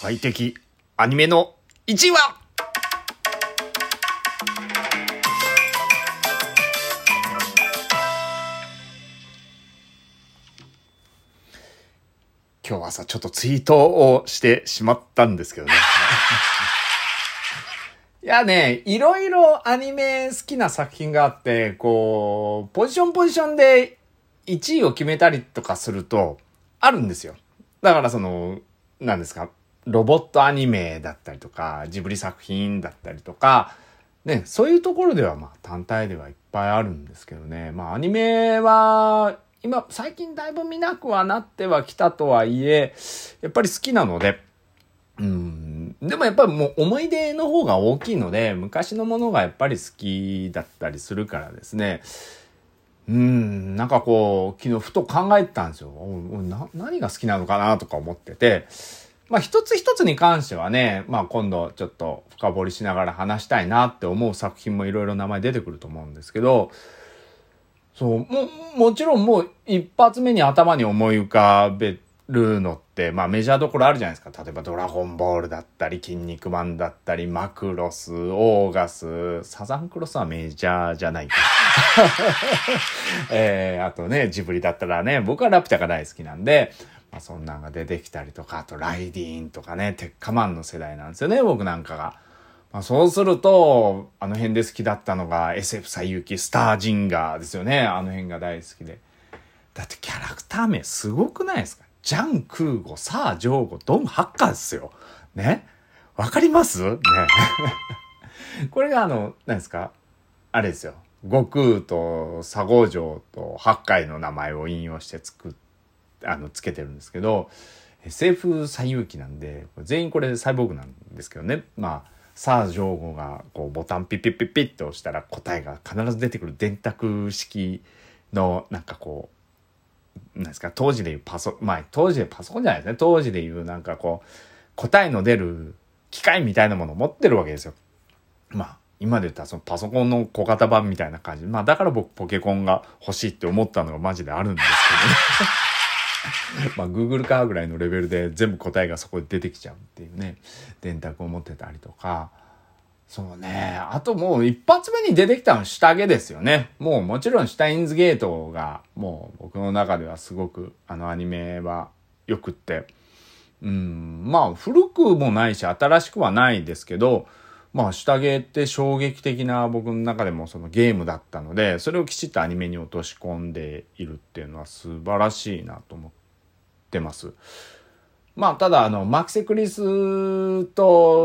快適アニメの1位は今日朝ちょっとツイートをしてしまったんですけどね。いやね、いろいろアニメ好きな作品があって、こう、ポジションで1位を決めたりとかすると、あるんですよ。だから何ですか、ロボットアニメだったりとか、ジブリ作品だったりとか、ね、そういうところでは単体ではいっぱいあるんですけどね。アニメは、最近だいぶ見なくはなってはきたとはいえ、やっぱり好きなので、でもやっぱりもう思い出の方が大きいので、昔のものがやっぱり好きだったりするからですね。なんかこう、昨日ふと考えてたんですよ。何が好きなのかなとか思ってて、一つ一つに関してはね、今度ちょっと深掘りしながら話したいなって思う作品もいろいろ名前出てくると思うんですけど、もちろんもう一発目に頭に思い浮かべるのって、メジャーどころあるじゃないですか。例えばドラゴンボールだったり、筋肉マンだったり、マクロス、オーガス、サザンクロスはメジャーじゃないか。あとね、ジブリだったらね、僕はラピュタが大好きなんで、そんなんが出てきたりとか、あとライディーンとかね、テッカマンの世代なんですよね、僕なんかが。そうすると、あの辺で好きだったのが SF 最遊記スタージンガーですよね。あの辺が大好きで。だってキャラクター名すごくないですか？ジャン・クーゴ、サー・ジョーゴ、ドン・ハッカーですよ。ね。わかりますね。これが何ですか？あれですよ。悟空とサゴージョーとハッカイの名前を引用してつけてるんですけど、SF 最遊記なんで、全員これサイボーグなんですけどね。サー・ジョーゴがこうボタンピッピッピッピッと押したら答えが必ず出てくる電卓式のなんかこう、なんですか、当時でいう当時でパソコンじゃないですね。当時でいうなんかこう、答えの出る機械みたいなものを持ってるわけですよ。今で言ったらそのパソコンの小型版みたいな感じ。だから僕ポケコンが欲しいって思ったのがマジであるんですけどね。Google カーぐらいのレベルで全部答えがそこで出てきちゃうっていうね。電卓を持ってたりとか。そうね。あともう一発目に出てきたのは下着ですよね。もちろんシュタインズゲートがもう僕の中ではすごくアニメはよくって。古くもないし新しくはないですけど、下着って衝撃的な僕の中でもそのゲームだったので、それをきちっとアニメに落とし込んでいるっていうのは素晴らしいなと思ってます。ただマキセクリスと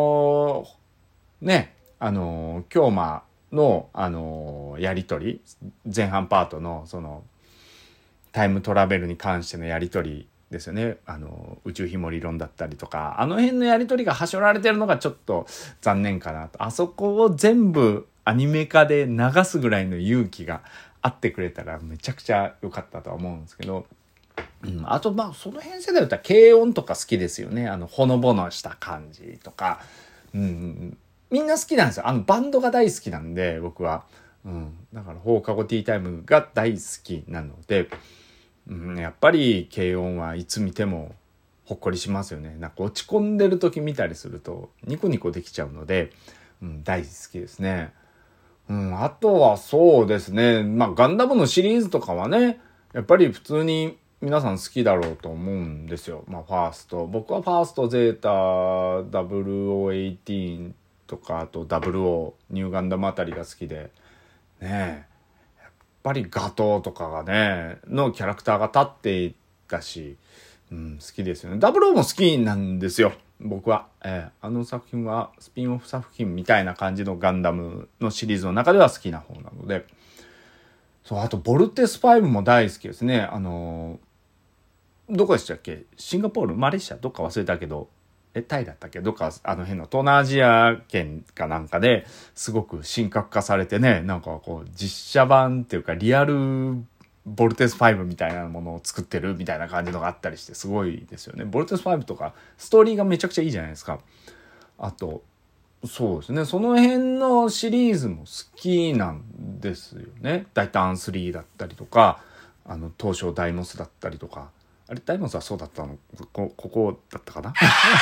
京馬のやりとり、前半パートのタイムトラベルに関してのやりとりですよね。宇宙ひも理論だったりとか、あの辺のやりとりがはしょられてるのがちょっと残念かなと。あそこを全部アニメ化で流すぐらいの勇気があってくれたらめちゃくちゃ良かったとは思うんですけど、あとその辺世代だったら軽音とか好きですよね。ほのぼのした感じとか、みんな好きなんですよ。バンドが大好きなんで僕は、だから放課後ティータイムが大好きなので、やっぱり軽音はいつ見てもほっこりしますよね。なんか落ち込んでる時見たりするとニコニコできちゃうので、大好きですね。あとはそうですね。ガンダムのシリーズとかはね、やっぱり普通に皆さん好きだろうと思うんですよ。ファースト。僕はファースト、ゼータ、0018とか、あと00ニューガンダムあたりが好きで、ねえ。やっぱりガトーとかがね、のキャラクターが立っていたし、好きですよね。00も好きなんですよ。僕は。あの作品はスピンオフ作品みたいな感じのガンダムのシリーズの中では好きな方なので、あとボルテス5も大好きですね。どこでしたっけ？シンガポール、マレーシア、どっか忘れたけど、タイだったっけ？どっか辺の東南アジア圏かなんかですごく神格化されてね、なんかこう実写版っていうかリアルボルテス5みたいなものを作ってるみたいな感じのがあったりしてすごいですよね。ボルテス5とかストーリーがめちゃくちゃいいじゃないですか。あと、そうですね。その辺のシリーズも好きなんですよね。タイタン3だったりとか、東証ダイモスだったりとか。 あれ、ダイモンドはそうだったの？ここだったかな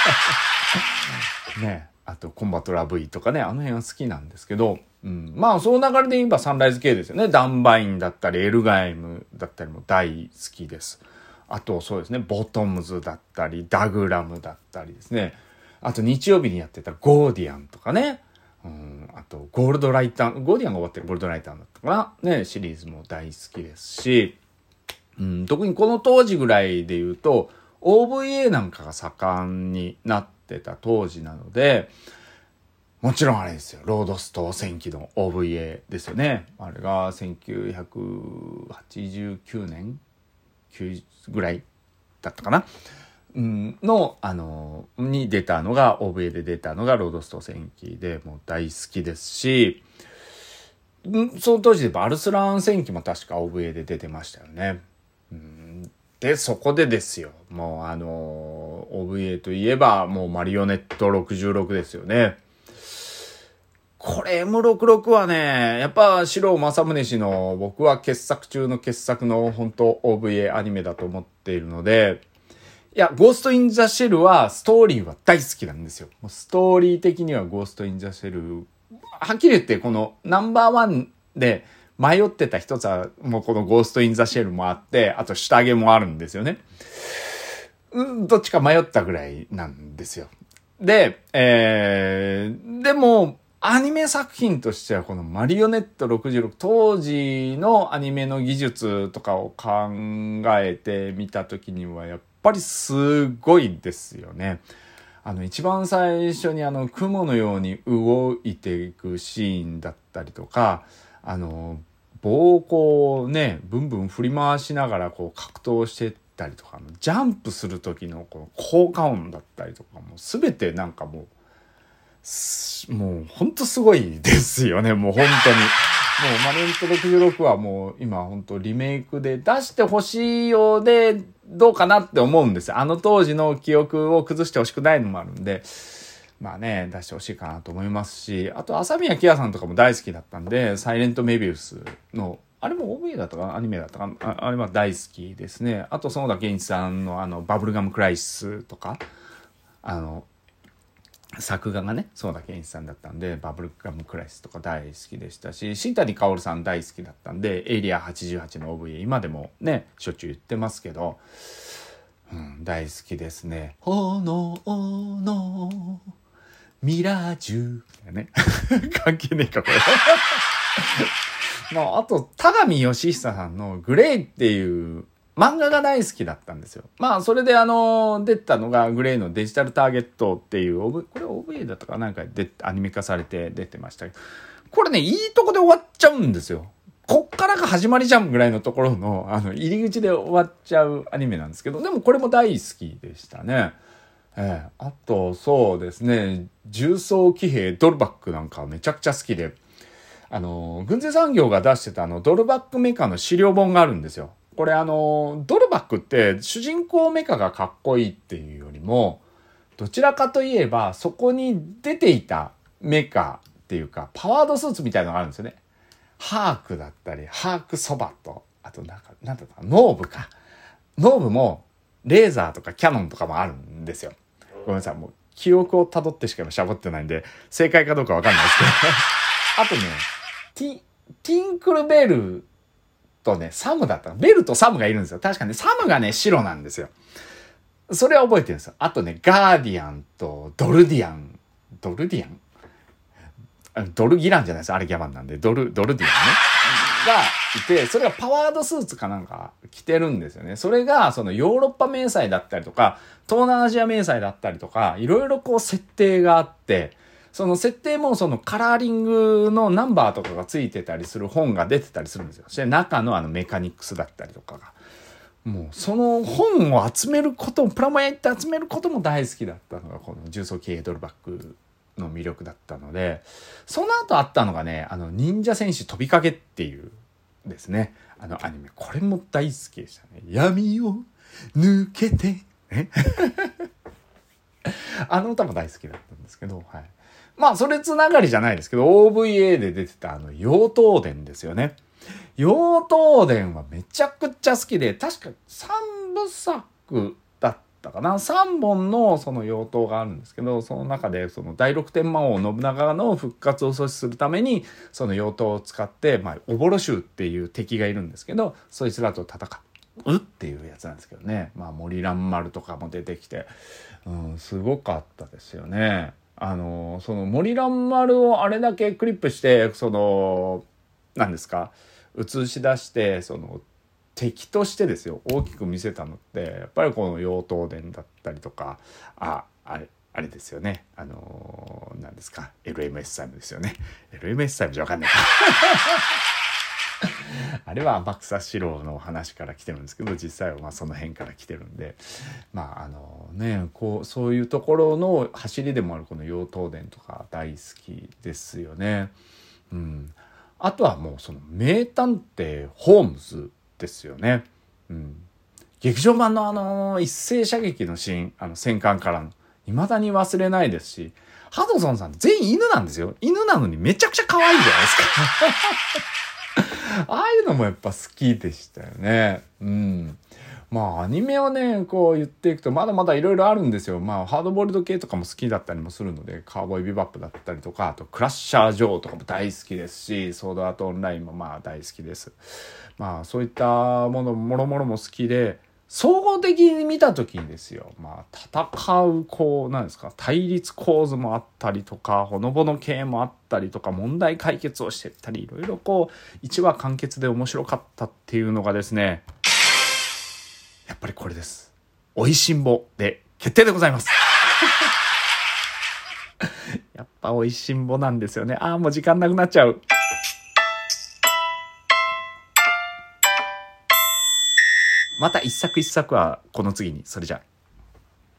ね。あと、コンバトラ V とかね、あの辺は好きなんですけど、まあ、その流れで言えばサンライズ系ですよね。ダンバインだったり、エルガイムだったりも大好きです。あと、そうですね、ボトムズだったり、ダグラムだったりですね。あと、日曜日にやってたゴーディアンとかね。あと、ゴールドライター、ゴーディアンが終わってるゴールドライターだったかな。ね、シリーズも大好きですし、特にこの当時ぐらいで言うと、OVA なんかが盛んになってた当時なので、もちろんあれですよ。ロードスト戦記の OVA ですよね。あれが1989年ぐらいだったかな。に出たのが、OVA で出たのがロードスト戦記でもう大好きですし、その当時でバルスラーン戦記も確か OVA で出てましたよね。で、そこでですよ。もうOVA といえばもうマリオネット66ですよね。これ M66 はね、やっぱ四郎正宗氏の僕は傑作中の傑作の本当 OVA アニメだと思っているので、いや、ゴーストインザシェルはストーリーは大好きなんですよ。ストーリー的にはゴーストインザシェル、はっきり言ってこのナンバーワンで迷ってた一つはもうこのゴーストインザシェルもあって、あと下着もあるんですよね。どっちか迷ったぐらいなんですよ。で、でも、アニメ作品としてはこのマリオネット66、当時のアニメの技術とかを考えてみたときにはやっぱりすごいですよね。一番最初に雲のように動いていくシーンだったりとか、棒をこうね、ブンブン振り回しながらこう格闘してったりとか、ジャンプする時のこの効果音だったりとか、もうすべてなんかもう本当すごいですよね。もう本当に。もうマリオネット66はもう今本当リメイクで出してほしいようでどうかなって思うんですよ。当時の記憶を崩してほしくないのもあるんで。まあね、出してほしいかなと思いますし、あと朝宮希也さんとかも大好きだったんで、サイレントメビウスの、あれも OVA だったかな、アニメだったかな、あれは大好きですね。あと園田健一さんのバブルガムクライシスとか、作画がね、園田健一さんだったんで、バブルガムクライシスとか大好きでしたし、新谷薫さん大好きだったんで、エイリア88の OVA、今でもね、しょっちゅう言ってますけど、大好きですね。炎のミラージュね。関係ねえか、これ。まあ、あと、田上義久さんのグレイっていう漫画が大好きだったんですよ。まあ、それで出たのがグレイのデジタルターゲットっていう、これ OVA だったかなんかでアニメ化されて出てましたけど、これね、いいとこで終わっちゃうんですよ。こっからが始まりじゃんぐらいのところの、入り口で終わっちゃうアニメなんですけど、でもこれも大好きでしたね。あと、そうですね、重装騎兵ドルバックなんかめちゃくちゃ好きで、軍勢産業が出してたドルバックメカの資料本があるんですよ。これドルバックって主人公メカがかっこいいっていうよりも、どちらかといえばそこに出ていたメカっていうか、パワードスーツみたいなのがあるんですよね。ハークだったり、ハークそばと、あとなんだったか、ノーブか。ノーブもレーザーとかキャノンとかもあるんですよ。ごめんなさい、もう記憶を辿ってしかしゃべってないんで、正解かどうかわかんないですけど。あとね、ティンクルベルとね、サムだったの。ベルとサムがいるんですよ。確かね、サムがね、白なんですよ。それは覚えてるんですよ。あとね、ガーディアンとドルディアン。ドルギランじゃないです。あれギャバンなんで、ドルディアンね。がいて、それがパワードスーツかなんか着てるんですよね。それがそのヨーロッパ迷彩だったりとか、東南アジア迷彩だったりとか、いろいろこう設定があって、その設定もそのカラーリングのナンバーとかがついてたりする本が出てたりするんですよ。そして中のメカニクスだったりとかが。もうその本を集めることも、プラモ屋行って集めることも大好きだったのがこの重装騎兵ドルバックの魅力だったので、その後あったのがね、忍者戦士飛びかけっていうですね、アニメ。これも大好きでしたね。闇を抜けて。歌も大好きだったんですけど、はい。まあ、それつながりじゃないですけど、OVA で出てた妖刀伝ですよね。妖刀伝はめちゃくちゃ好きで、確か3 部作だったかな。3本のその妖刀があるんですけど、その中でその第六天魔王信長の復活を阻止するために、その妖刀を使って、おぼろ衆っていう敵がいるんですけど、そいつらと戦うっていうやつなんですけどね。森蘭丸とかも出てきて、すごかったですよね。その森蘭丸をあれだけクリップして、何ですか、映し出して、敵としてですよ、大きく見せたのって、やっぱりこの妖刀伝だったりとか、あれですよね。何ですか、LMS タイムですよね。LMS タイムじゃわかんないか。あれは天草四郎の話から来てるんですけど、実際はその辺から来てるんで、そういうところの走りでもあるこの妖刀伝とか大好きですよね。あとはもうその名探偵ホームズですよね。劇場版の一斉射撃のシーン、戦艦からの未だに忘れないですし、ハドソンさん全員犬なんですよ。犬なのにめちゃくちゃ可愛いじゃないですか。ああいうのもやっぱ好きでしたよね。アニメをね、こう言っていくとまだまだいろいろあるんですよ。ハードボイルド系とかも好きだったりもするので、カーボーイビバップだったりとか、あとクラッシャー・ジョーとかも大好きですし、ソードアートオンラインも大好きです。そういったものもろもろも好きで、総合的に見た時にですよ、戦う何ですか、対立構図もあったりとか、ほのぼの系もあったりとか、問題解決をしていったり、いろいろ一話完結で面白かったっていうのがですね、やっぱりこれです。おいしんぼで決定でございます。やっぱおいしんぼなんですよね。もう時間なくなっちゃう。また一作一作はこの次に、それじゃあ。